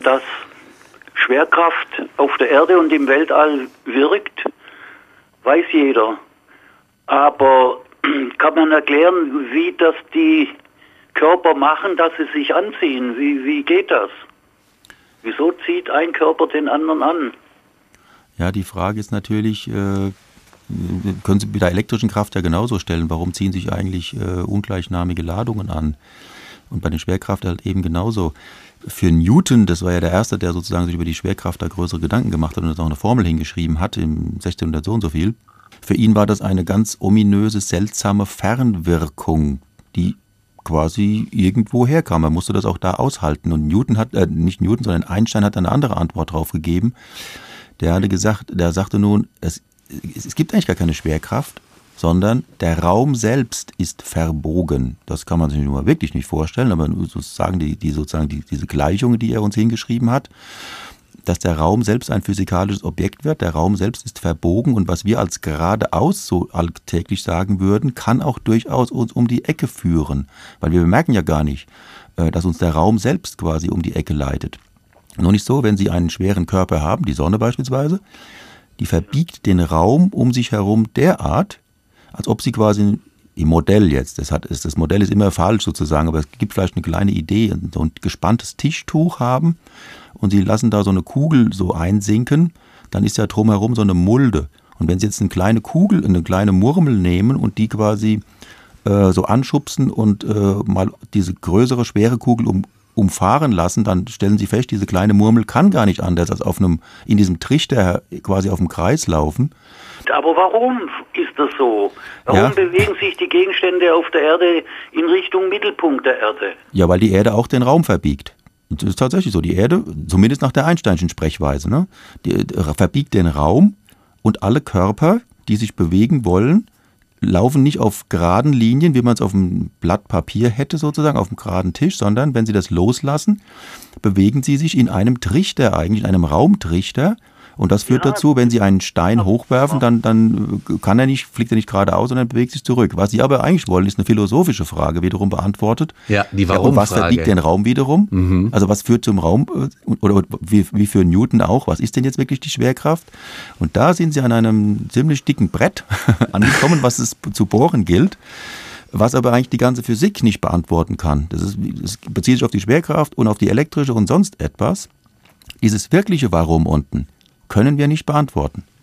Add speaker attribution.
Speaker 1: dass Schwerkraft auf der Erde und im Weltall wirkt, weiß jeder. Aber kann man erklären, wie das die Körper machen, dass sie sich anziehen? Wie geht das? Wieso zieht ein Körper den anderen an?
Speaker 2: Ja, die Frage ist natürlich, können Sie mit der elektrischen Kraft ja genauso stellen, warum ziehen sich eigentlich ungleichnamige Ladungen an? Und bei den Schwerkraft halt eben genauso. Für Newton, das war ja der Erste, der sozusagen sich über die Schwerkraft da größere Gedanken gemacht hat und uns auch eine Formel hingeschrieben hat, im 1600 so und so viel. Für ihn war das eine ganz ominöse, seltsame Fernwirkung, die quasi irgendwo herkam. Er musste das auch da aushalten. Und nicht Newton, sondern Einstein hat eine andere Antwort drauf gegeben. Der sagte nun, es gibt eigentlich gar keine Schwerkraft, sondern der Raum selbst ist verbogen. Das kann man sich nun mal wirklich nicht vorstellen, aber sozusagen diese Gleichungen, die er uns hingeschrieben hat, dass der Raum selbst ein physikalisches Objekt wird, der Raum selbst ist verbogen und was wir als geradeaus so alltäglich sagen würden, kann auch durchaus uns um die Ecke führen, weil wir bemerken ja gar nicht, dass uns der Raum selbst quasi um die Ecke leitet. Nur nicht so, wenn Sie einen schweren Körper haben, die Sonne beispielsweise, die verbiegt den Raum um sich herum derart, als ob sie quasi im Modell jetzt, das Modell ist immer falsch sozusagen, aber es gibt vielleicht eine kleine Idee, so ein gespanntes Tischtuch haben und sie lassen da so eine Kugel so einsinken, dann ist ja drumherum so eine Mulde. Und wenn Sie jetzt eine kleine Kugel, eine kleine Murmel nehmen und die quasi so anschubsen und mal diese größere, schwere Kugel umfahren lassen, dann stellen Sie fest, diese kleine Murmel kann gar nicht anders als in diesem Trichter quasi auf dem Kreis laufen.
Speaker 1: Aber warum ist das so? Warum bewegen sich die Gegenstände auf der Erde in Richtung Mittelpunkt der Erde?
Speaker 2: Ja, weil die Erde auch den Raum verbiegt. Das ist tatsächlich so. Die Erde, zumindest nach der Einsteinschen Sprechweise, ne, die verbiegt den Raum und alle Körper, die sich bewegen wollen, laufen nicht auf geraden Linien, wie man es auf einem Blatt Papier hätte sozusagen, auf einem geraden Tisch, sondern wenn sie das loslassen, bewegen sie sich in einem Trichter eigentlich, in einem Raumtrichter. Und das führt dazu, wenn Sie einen Stein hochwerfen, dann fliegt er nicht geradeaus, sondern bewegt sich zurück. Was Sie aber eigentlich wollen, ist eine philosophische Frage wiederum beantwortet.
Speaker 3: Ja, die Warum-Frage.
Speaker 2: Und was verbiegt den Raum wiederum? Mhm. Also was führt zum Raum? Oder wie für Newton auch, was ist denn jetzt wirklich die Schwerkraft? Und da sind Sie an einem ziemlich dicken Brett angekommen, was es zu bohren gilt, was aber eigentlich die ganze Physik nicht beantworten kann. Das bezieht sich auf die Schwerkraft und auf die elektrische und sonst etwas. Dieses wirkliche Warum unten können wir nicht beantworten.